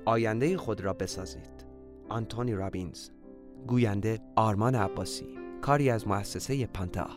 آینده خود را بسازید. آنتونی رابینز. گوینده آرمان عباسی. کاری از مؤسسه پانتا.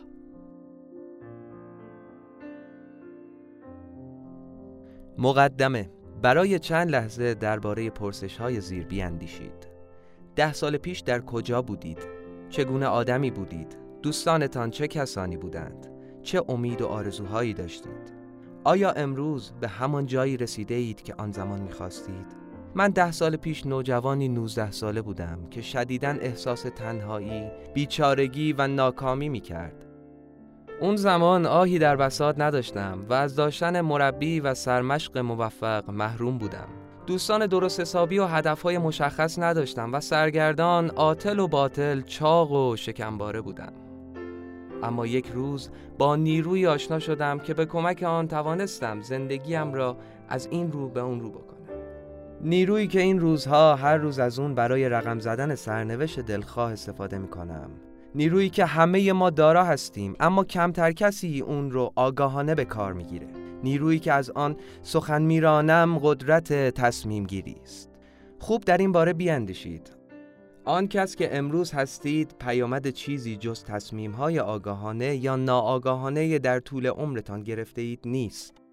مقدمه. برای چند لحظه درباره پرسش‌های زیر بیاندیشید. 10 سال پیش در کجا بودید؟ چگونه آدمی بودید؟ دوستانتان چه کسانی بودند؟ چه امید و آرزوهایی داشتید؟ آیا امروز به همان جایی رسیده اید که آن زمان می‌خواستید؟ من 10 سال پیش نوجوانی 19 ساله بودم که شدیداً احساس تنهایی، بیچارگی و ناکامی می‌کرد. اون زمان آهی در بساط نداشتم و از داشتن مربی و سرمشق موفق محروم بودم. دوستان درست حسابی و هدفهای مشخص نداشتم و سرگردان، عاطل و باطل، چاق و شکمباره بودم. اما یک روز با نیروی آشنا شدم که به کمک آن توانستم زندگیم را از این رو به اون رو بکنم. نیرویی که این روزها هر روز از اون برای رقم زدن سرنوشت دلخواه استفاده میکنم. نیرویی که همه ما دارا هستیم اما کمتر کسی اون رو آگاهانه به کار میگیره. نیرویی که از آن سخن میرانم قدرت تصمیم گیری است. خوب در این باره بیاندیشید. آن کس که امروز هستید پیامد چیزی جز تصمیم‌های آگاهانه یا ناآگاهانه در طول عمرتان گرفته اید نیست.